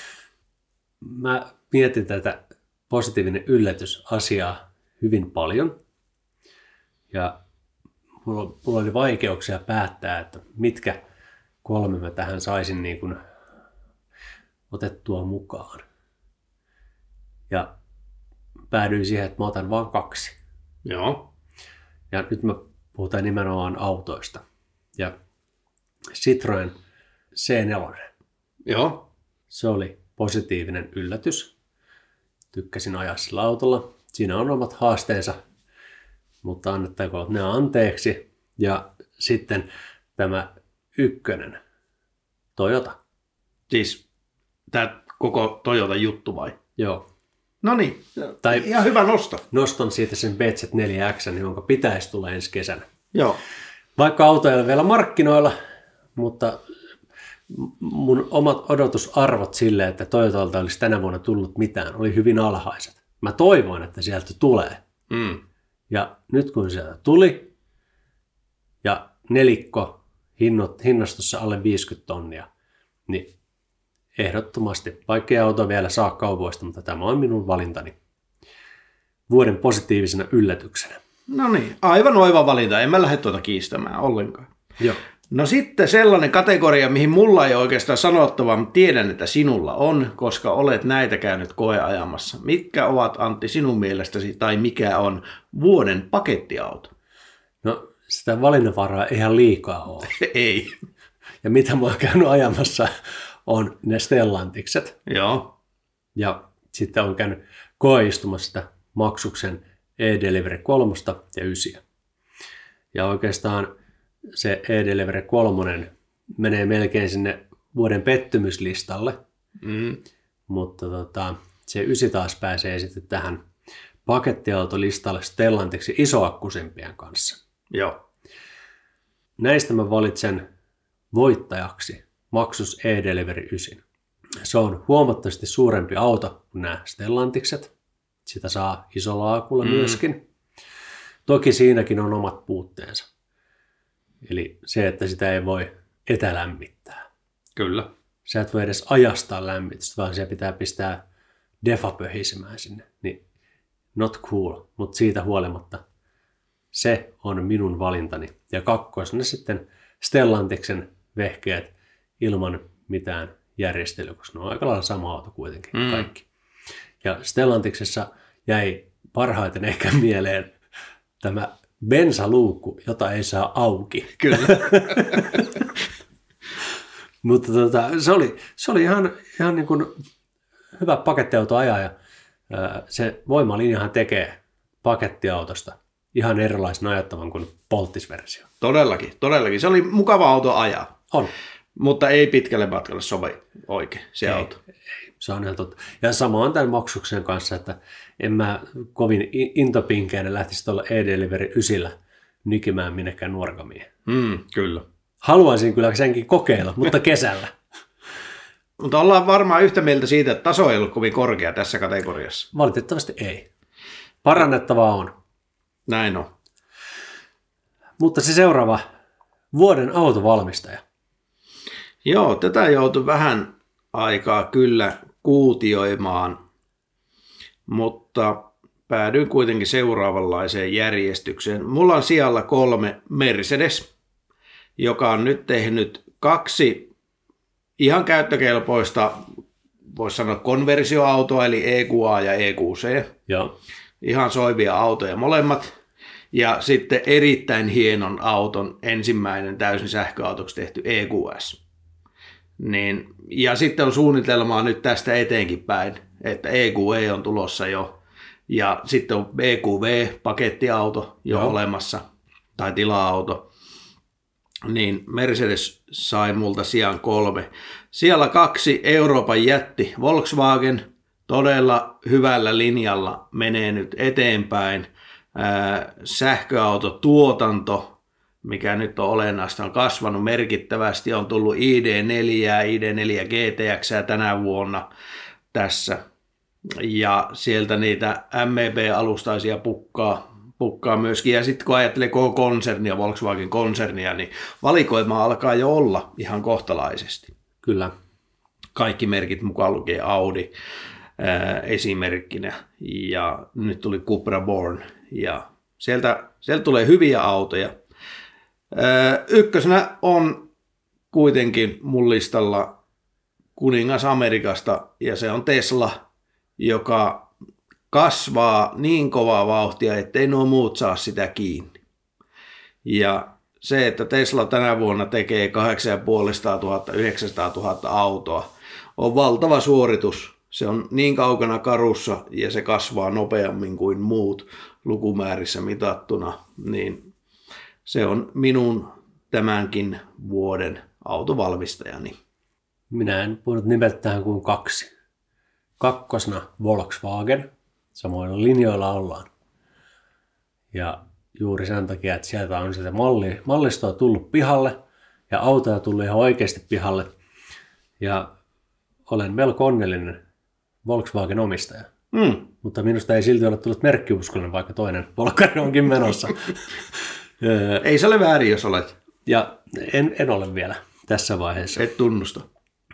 Mä mietin tätä positiivinen yllätys-asiaa hyvin paljon. Ja mulla, mulla oli vaikeuksia päättää, että mitkä kolme mä tähän saisin niin kuin otettua mukaan. Ja päädyin siihen, että mä otan vaan kaksi. Joo. Ja nyt mä puhutaan nimenomaan autoista. Ja Citroën C neljä. Joo. Se oli positiivinen yllätys. Tykkäsin ajaa sillä autolla. Siinä on omat haasteensa, mutta annettakoon ne anteeksi. Ja sitten tämä ykkönen, Toyota. Siis tämä koko Toyota juttu vai? Joo. No niin, Tai ihan hyvä nosto. Noston siitä sen B Z neljä X, jonka pitäisi tulla ensi kesänä. Joo. Vaikka auto ei ole vielä markkinoilla, mutta mun omat odotusarvot sille, että Toyotalta olisi tänä vuonna tullut mitään, oli hyvin alhaiset. Mä toivoin, että sieltä tulee. Mm. Ja nyt kun sieltä tuli, ja nelikko hinnastossa alle viisikymmentä tonnia, niin ehdottomasti, vaikka ei auto vielä saa kaupoista, mutta tämä on minun valintani vuoden positiivisena yllätyksenä. No niin, aivan oiva valinta. En mä lähde tuota kiistämään ollenkaan. Joo. No sitten sellainen kategoria, mihin mulla ei oikeastaan sanottavaa, mutta tiedän, että sinulla on, koska olet näitä käynyt koeajamassa. Mitkä ovat, Antti, sinun mielestäsi, tai mikä on vuoden pakettiauto? No sitä valinnanvaraa ei ihan liikaa ole. Ei. Ja mitä mä oon käynyt ajamassa on ne Stellantikset. Joo. Ja sitten on käynyt koeistumassa sitä Maksuksen E-Delivery kolme ja yhdeksän. Ja oikeastaan se E-Delivery kolme menee melkein sinne vuoden pettymyslistalle, Mm. mutta tota, se yhdeksän taas pääsee sitten tähän pakettiautolistalle Stellantiksi isoakkuisempien kanssa. Joo. Näistä mä valitsen voittajaksi Maxus E-Delivery yhdeksän. Se on huomattavasti suurempi auto kuin nämä Stellantikset. Sitä saa isolla akulla mm. myöskin. Toki siinäkin on omat puutteensa. Eli se, että sitä ei voi etälämmittää. Kyllä. Sä et voi edes ajastaa lämmitystä, vaan se pitää pistää defa pöhisemään sinne. Niin not cool, mutta siitä huolimatta se on minun valintani. Ja kakkosena sitten Stellantiksen vehkeet ilman mitään järjestelyä, koska ne on aika lailla sama auto kuitenkin mm. kaikki. Ja Stellantiksessa jäi parhaiten ehkä mieleen tämä bensaluukku, jota ei saa auki. Kyllä. Mutta tota, se oli, se oli ihan, ihan niin kuin hyvä pakettiauto ajaa ja ää, se voimalinjahan tekee pakettiautosta ihan erilaisen ajattavan kuin polttisversio. Todellakin, todellakin. Se oli mukava auto ajaa. On. Mutta ei pitkälle matkalle sovi oikein se Ei, auto. ei, se on ihan totta. Ja sama on tämän maksuksen kanssa, että en mä kovin intopinkeinä lähtisi tuolla e-delivery ysillä nykimään minnekään nuorgamiin. Mm, kyllä. Haluaisin kyllä senkin kokeilla, mutta kesällä. Mutta ollaan varmaan yhtä mieltä siitä, että taso ei ollut kovin korkea tässä kategoriassa. Valitettavasti ei. Parannettavaa on. Näin on. Mutta se seuraava, vuoden autovalmistaja. Joo, tätä joutui vähän aikaa kyllä kuutioimaan, mutta päädyin kuitenkin seuraavanlaiseen järjestykseen. Mulla on sijalla kolme Mercedes, joka on nyt tehnyt kaksi ihan käyttökelpoista, voisi sanoa konversioautoa, eli E Q A ja E Q C. Joo. Ihan soivia autoja molemmat. Ja sitten erittäin hienon auton ensimmäinen täysin sähköautoksi tehty E Q S. Niin, ja sitten on suunnitelmaa nyt tästä eteenkin päin, että E Q E on tulossa jo. Ja sitten on E Q V-pakettiauto jo Joo. olemassa, tai tila-auto. Niin Mercedes sai multa sijan kolme. Siellä kaksi Euroopan jätti Volkswagen, todella hyvällä linjalla menee nyt eteenpäin. Ää, sähköautotuotanto, mikä nyt on olennaista, on kasvanut merkittävästi. On tullut I D neljä, I D neljä G T X tänä vuonna tässä. Ja sieltä niitä M E B-alustaisia pukkaa, pukkaa myöskin. Ja sitten kun ajattelee koko konsernia, Volkswagen-konsernia, niin valikoima alkaa jo olla ihan kohtalaisesti. Kyllä. Kaikki merkit mukaan lukee Audi ää, esimerkkinä. Ja nyt tuli Cupra Born. Ja sieltä, sieltä tulee hyviä autoja. Ää, ykkösenä on kuitenkin mun listalla kuningas Amerikasta, ja se on Tesla, joka kasvaa niin kovaa vauhtia, ettei nuo muut saa sitä kiinni. Ja se, että Tesla tänä vuonna tekee kahdeksansataatuhatta yhdeksänsataatuhatta autoa, on valtava suoritus. Se on niin kaukana karussa ja se kasvaa nopeammin kuin muut lukumäärissä mitattuna, niin se on minun tämänkin vuoden autovalmistajani. Minä en voinut nimetä tähän kuin kaksi. Kakkosena Volkswagen, samoilla linjoilla ollaan. Ja juuri sen takia, että sieltä on sitä malli, mallistoa tullut pihalle ja autoja tullut ihan oikeasti pihalle. Ja olen melko onnellinen Volkswagen-omistaja. Mm. Mutta minusta ei silti ole tullut merkkiuskollinen, vaikka toinen Volkswagen onkin menossa. Ei se ole väärin, jos olet. Ja en, en ole vielä tässä vaiheessa. Et tunnusta.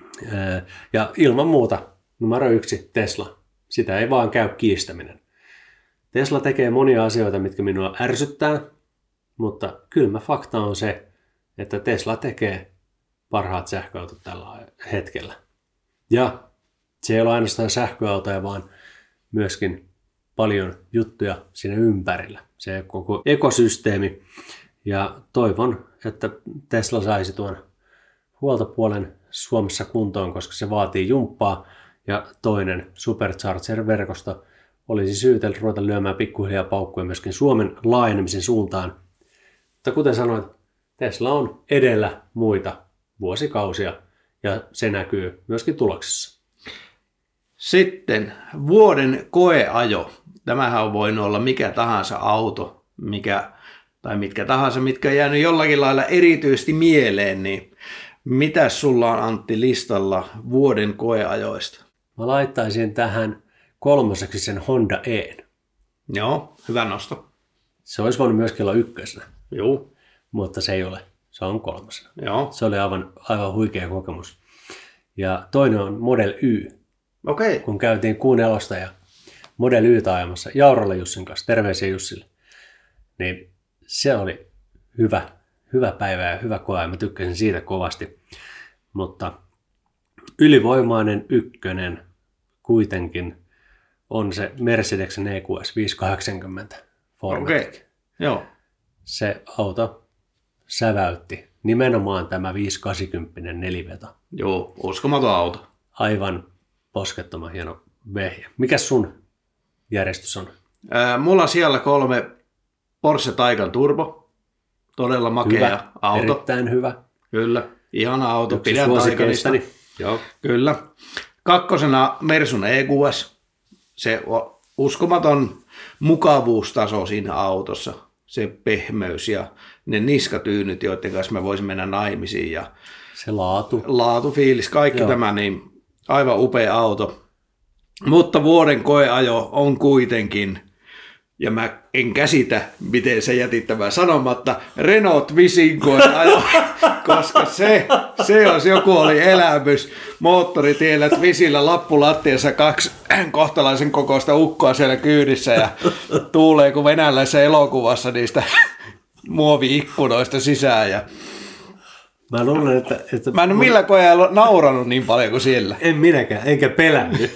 Ja ilman muuta numero yksi Tesla. Sitä ei vaan käy kiistäminen. Tesla tekee monia asioita, mitkä minua ärsyttää, mutta kylmä fakta on se, että Tesla tekee parhaat sähköautot tällä hetkellä. Ja se ei ole ainoastaan sähköautoja, vaan myöskin paljon juttuja siinä ympärillä. Se koko ekosysteemi. Ja toivon, että Tesla saisi tuon huoltopuolen Suomessa kuntoon, koska se vaatii jumppaa. Ja toinen Supercharger-verkosto olisi syytä ruveta lyömään pikkuhiljaa paukkuja myöskin Suomen laajenemisen suuntaan. Mutta kuten sanoit, Tesla on edellä muita vuosikausia ja se näkyy myöskin tuloksissa. Sitten vuoden koeajo. Tämähän on voinut olla mikä tahansa auto, mikä, tai mitkä tahansa, mitkä on jäänyt jollakin lailla erityisesti mieleen, niin mitä sulla on, Antti, listalla vuoden koeajoista? Mä laittaisin tähän kolmoseksi sen Honda E:n. Joo, hyvä nosto. Se olisi voinut myöskin olla ykkösenä, Joo. mutta se ei ole. Se on kolmosena. Joo. Se oli aivan, aivan huikea kokemus. Ja toinen on Model Y. Okei. Okay. Kun käytiin kuun elosta ja Model Ytä ajamassa Jaurolla Jussin kanssa, terveisiä Jussille, niin se oli hyvä, hyvä päivä ja hyvä koe, ja mä tykkäsin siitä kovasti. Mutta ylivoimainen ykkönen kuitenkin on se Mercedesen E Q S viisisataakahdeksankymmentä Formatic. Okei, joo. Se auto säväytti nimenomaan tämä viisisataakahdeksankymmentä neliveto. Joo, uskomaton auto. Aivan poskettoman hieno vehje. Mikäs sun järjestys on? Ää, mulla on siellä kolme Porsche Taycan Turbo. Todella makea Hyvä, auto. erittäin hyvä. Kyllä, ihana auto. Yksi Pidän Taycanista. suosikeistani. Joo. Kyllä. Kakkosena Mersun E Q S. Se on uskomaton mukavuustaso siinä autossa. Se pehmeys ja ne niskatyynyt, joiden kanssa mä voisin mennä naimisiin. Ja Se laatu. laatufiilis, kaikki Joo. tämä, niin aivan upea auto. Mutta vuoden koeajo on kuitenkin, ja mä en käsitä, miten se jätit tämän sanomatta, Renault Twisin koeajo, koska se, se jos joku oli elämys moottoritiellä Twisillä lappulattiassa kaksi kohtalaisen kokoista ukkoa siellä kyydissä ja tuulee kuin venäläisessä elokuvassa niistä muovi-ikkunoista sisään ja Mä luulen, että... että mä en ole millään koeajalla nauranut niin paljon kuin siellä. En minäkään, enkä pelännyt.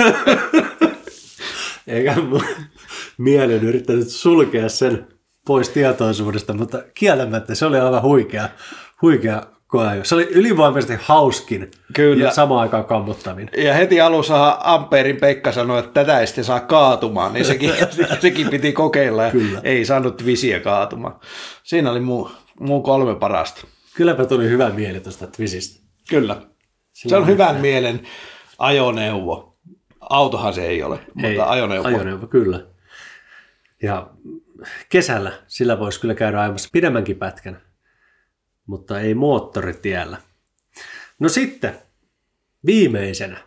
Eikä mun mieli on yrittänyt sulkea sen pois tietoisuudesta, mutta kieltämättä se oli aivan huikea, huikea koeajo. Se oli ylivoimaisesti hauskin Kyllä. ja samaan aikaan kammottavin. Ja heti alussa Amperin Pekka sanoi, että tätä ei sitten saa kaatumaan, niin sekin, sekin piti kokeilla ja Kyllä. ei saanut visiä kaatumaan. Siinä oli muu, muu kolme parasta. Kylläpä tuli hyvä mieli tuosta Twisistä. Kyllä. Se on hyvän mielen ajoneuvo. Autohan se ei ole, Ei, mutta ajoneuvo. Ajoneuvo, kyllä. Ja kesällä sillä voisi kyllä käydä ajamassa pidemmänkin pätkän, mutta ei moottoritiellä. No sitten viimeisenä.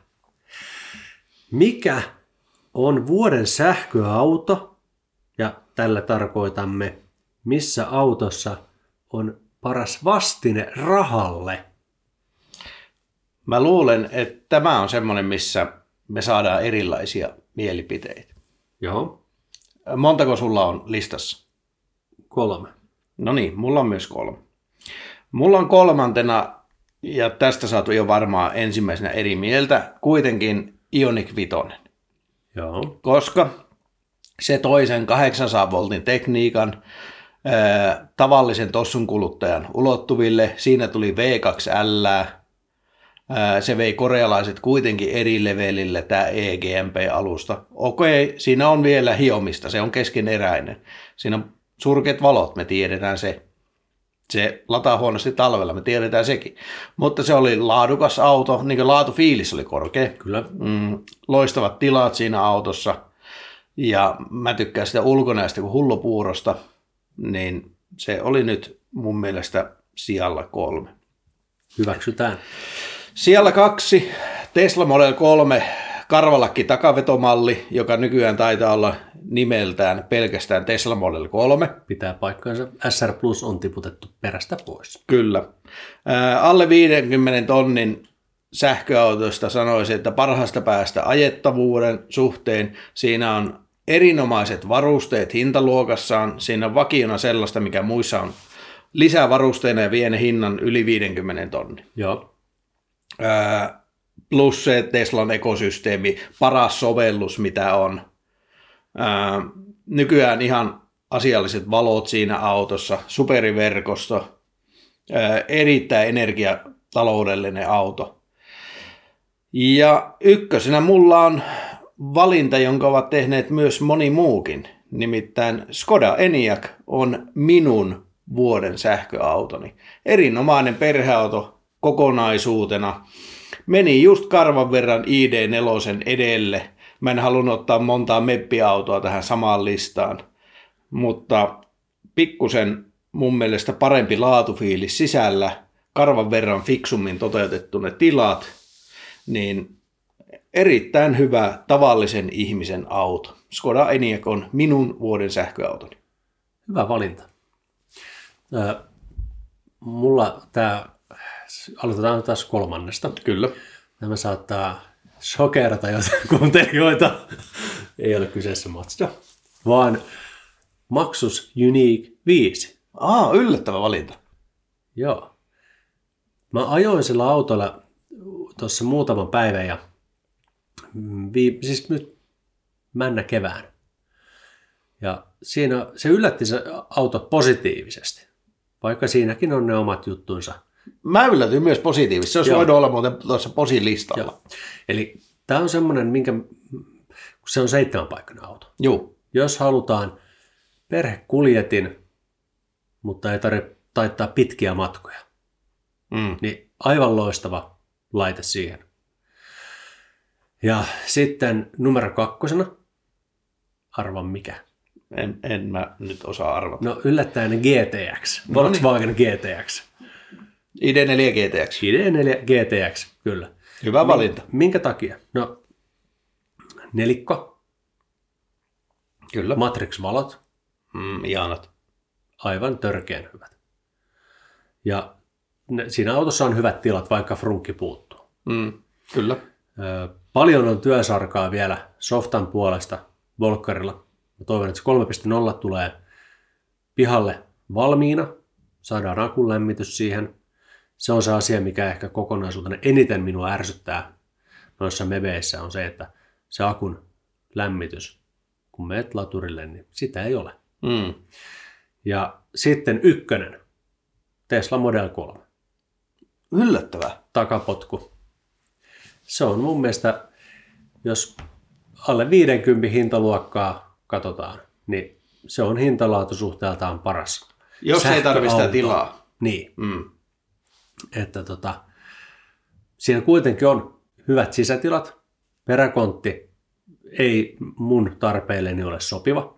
Mikä on vuoden sähköauto? Ja tällä tarkoitamme, missä autossa on paras vastine rahalle. Mä luulen, että tämä on semmoinen, missä me saadaan erilaisia mielipiteitä. Joo, Montako sulla on listassa? kolme. No niin, mulla on myös kolme. Mulla on kolmantena, ja tästä saatu jo varmaan ensimmäisenä eri mieltä, kuitenkin Ioniq viisi. Joo, Koska se toi sen kahdeksansadan voltin tekniikan ää, tavallisen tossun kuluttajan ulottuville. Siinä tuli V kaksi L. Ää, se vei korealaiset kuitenkin eri levelille, tämä E G M P-alusta. Okei, siinä on vielä hiomista, se on keskeneräinen. Siinä on surkeat valot, me tiedetään se. Se lataa huonosti talvella, me tiedetään sekin. Mutta se oli laadukas auto, niin kuin laatufiilis oli korkea. kyllä. Mm, loistavat tilat siinä autossa. Ja mä tykkään sitä ulkonäöstä kuin hullupuurosta, niin se oli nyt mun mielestä sijalla kolme. Hyväksytään. Siellä kaksi, Tesla Model kolme, karvalakki takavetomalli, joka nykyään taitaa olla nimeltään pelkästään Tesla Model kolme. Pitää paikkansa. S R Plus on tiputettu perästä pois. Kyllä. Ää, alle viidenkymmenen tonnin sähköautoista sanoisin, että parhaasta päästä ajettavuuden suhteen siinä on erinomaiset varusteet hintaluokassaan. Siinä on vakiona sellaista, mikä muissa on lisävarusteena ja vie ne hinnan yli viidenkymmenen tonnin. Joo. Ää, plus se Teslan ekosysteemi, paras sovellus mitä on. Ää, nykyään ihan asialliset valot siinä autossa, superiverkosto, ää, erittäin energiataloudellinen auto. Ja ykkösenä mulla on valinta, jonka ovat tehneet myös moni muukin. Nimittäin Skoda Enyaq on minun vuoden sähköautoni. Erinomainen perheauto kokonaisuutena. Meni just karvan verran I D neljä edelle. Mä en halunnut ottaa montaa meppiautoa tähän samaan listaan. Mutta pikkusen mun mielestä parempi laatufiilis sisällä, karvan verran fiksummin toteutettu ne tilat, niin erittäin hyvä tavallisen ihmisen auto. Skoda Enyaq on minun vuoden sähköautoni. Hyvä valinta. Ö, mulla tämä, aloitetaan taas kolmannesta. Kyllä. Tämä saattaa shokerata jotain kuuntelijoita. Ei ole kyseessä Mazda, vaan Maxus Unique viisi. Aa, yllättävä valinta. Joo. Mä ajoin sillä autolla tuossa muutaman päivän ja vi, siis nyt männä kevään. Ja siinä se yllätti se auto positiivisesti, vaikka siinäkin on ne omat juttuinsa. Mä yllätyin myös positiivisesti. Se olisi voinut olla muuten tuossa posilistalla. Joo. Eli tämä on semmoinen, minkä, kun se on seitsemänpaikkainen auto. Joo. Jos halutaan perhekuljetin, mutta ei tarvitse taittaa pitkiä matkoja, Mm. niin aivan loistava laite siihen. Ja sitten numero kakkosena, arva mikä? En, en mä nyt osaa arvata. No yllättäen G T X, Volkswagen G T X. I D neljä G T X. I D neljä G T X, kyllä. Hyvä valinta. Minkä takia? No nelikko, Kyllä. Matrix-valot, Mm, ihanat. aivan törkeän hyvät. Ja ne, siinä autossa on hyvät tilat, vaikka frunkki puuttuu. Mm, kyllä. Ö, paljon on työsarkaa vielä softan puolesta Volkkarilla. Mä toivon, että se kolme piste nolla tulee pihalle valmiina. Saadaan akun lämmitys siihen. Se on se asia, mikä ehkä kokonaisuutena eniten minua ärsyttää noissa meveissä on se, että se akun lämmitys, kun meet laturille, niin sitä ei ole. Mm. Ja sitten ykkönen, Tesla Model kolme, Yllättävää. takapotku. Se on mun mielestä, jos alle viisikymmentä hintaluokkaa katsotaan, niin se on hintalaatusuhteeltaan paras. Jos ei tarvitse sitä sähköauto. tilaa. Niin, Mm. että tota, siinä kuitenkin on hyvät sisätilat. Peräkontti ei mun tarpeilleni ole sopiva,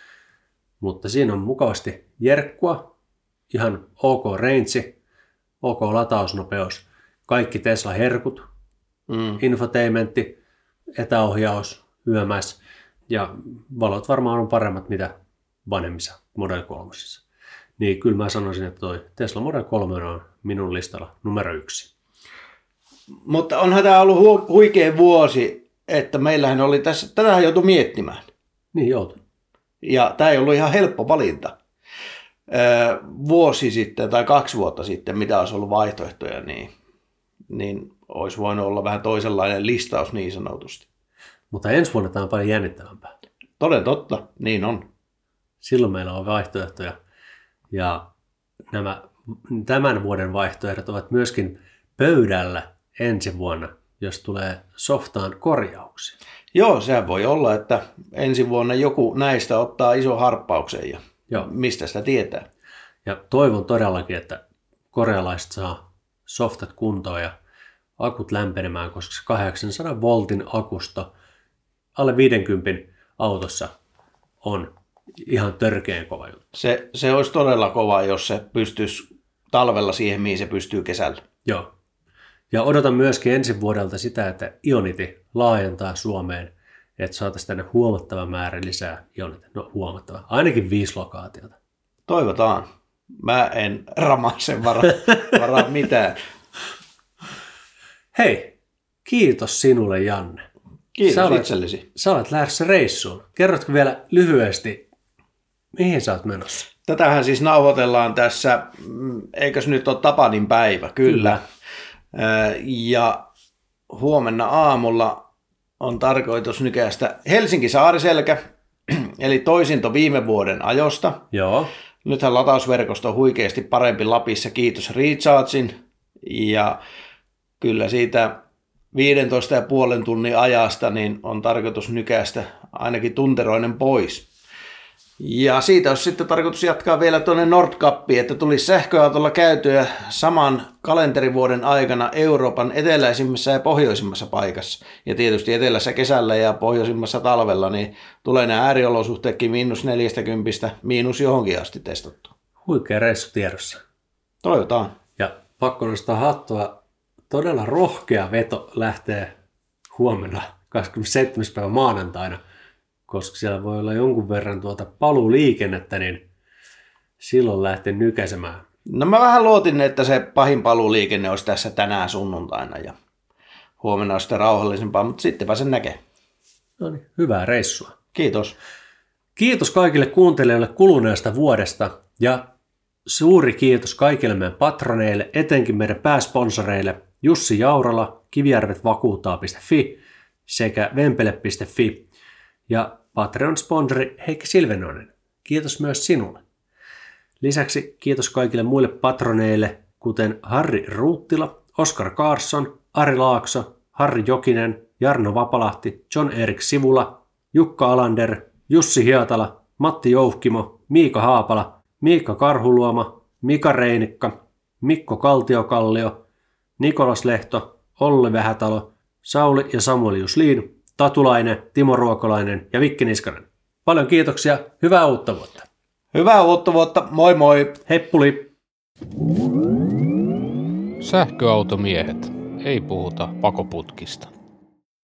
mutta siinä on mukavasti jerkkua, ihan ok range, ok latausnopeus, kaikki Tesla-herkut, Mm. infotainmentti, etäohjaus, yömäs ja valot varmaan on paremmat mitä vanhemmissa Model kolmosissa. Niin kyllä mä sanoisin, että toi Tesla Model kolme on minun listalla numero yksi. Mutta onhan tämä ollut hu- huikea vuosi, että meillähän oli tässä, tätähän joutui miettimään. Niin joutu. Ja tämä ei ollut ihan helppo valinta. Öö, vuosi sitten tai kaksi vuotta sitten, mitä olisi ollut vaihtoehtoja, niin, niin olisi voinut olla vähän toisenlainen listaus niin sanotusti. Mutta ensi vuonna tämä on paljon jännittävämpää. Toden totta, niin on. Silloin meillä on vaihtoehtoja. Ja nämä tämän vuoden vaihtoehdot ovat myöskin pöydällä ensi vuonna, jos tulee softaan korjauksia. Joo, sehän voi olla, että ensi vuonna joku näistä ottaa iso harppauksen ja Joo. mistä sitä tietää. Ja toivon todellakin, että korealaiset saa softat kuntoon ja akut lämpenemään, koska se kahdeksansadan voltin akusto alle viisikymmentä autossa on ihan törkeän kova juttu. Se, se olisi todella kova, jos se pystyisi talvella siihen, mihin se pystyy kesällä. Joo. Ja odotan myöskin ensi vuodelta sitä, että Ionity laajentaa Suomeen, että saataisiin tänne huomattava määrä lisää Ionity. No huomattava, ainakin viisi lokaatiota. Toivotaan. Mä en ramaa sen varaa, varaa mitään. Hei, kiitos sinulle, Janne. Kiitos Sä olet- itsellesi. Sä olet lähdössä reissuun. Kerrotko vielä lyhyesti, mihin sä oot menossa? Tätähän siis nauhoitellaan tässä, mm, eikös nyt ole Tapanin päivä, kyllä. Ö, Ja huomenna aamulla on tarkoitus nykäistä Helsinki-Saariselkä, eli toisinto viime vuoden ajosta. Joo. Nythän latausverkosto on huikeasti parempi Lapissa, kiitos Rechargein. Ja kyllä siitä viidentoista ja puolen tunnin ajasta niin on tarkoitus nykäistä ainakin tunteroinen pois. Ja siitä olisi sitten tarkoitus jatkaa vielä tuonne Nordkappiin, että tulisi sähköautolla käytyä saman kalenterivuoden aikana Euroopan eteläisimmässä ja pohjoisimmassa paikassa. Ja tietysti etelässä kesällä ja pohjoisimmassa talvella, niin tulee nämä ääriolosuhteetkin miinus neljästäkympistä miinus johonkin asti testattu. Huikea reissu tiedossa. Toivotaan. Ja pakko nostaa hattua. Todella rohkea veto lähtee huomenna kahdeskymmenesseitsemäs päivä maanantaina, koska siellä voi olla jonkun verran tuota paluuliikennettä, niin silloin lähtee nykäisemään. No mä vähän luotin, että se pahin paluuliikenne olisi tässä tänään sunnuntaina ja huomenna olisi sitten rauhallisempaa, mutta sittenpä sen näkee. No niin, hyvää reissua. Kiitos. Kiitos kaikille kuuntelijoille kuluneesta vuodesta ja suuri kiitos kaikille meidän patroneille, etenkin meidän pääsponsoreille Jussi Jaurala, kivijärvet vakuuttaa piste fi sekä vempele piste fi. ja Patreon-sponsori Heikki Silvenoinen. Kiitos myös sinulle. Lisäksi kiitos kaikille muille patroneille, kuten Harri Ruuttila, Oskar Karsson, Ari Laakso, Harri Jokinen, Jarno Vapalahti, John Erik Sivula, Jukka Alander, Jussi Hietala, Matti Jouhkimo, Miika Haapala, Miikka Karhuluoma, Mika Reinikka, Mikko Kaltiokallio, Nikolas Lehto, Olli Vähätalo, Sauli ja Samuel Juslin, Tatulainen, Timo Ruokolainen ja Vikki Niskanen. Paljon kiitoksia, hyvää uutta vuotta! Hyvää uutta vuotta, moi moi! Heppuli! Sähköautomiehet, ei puhuta pakoputkista.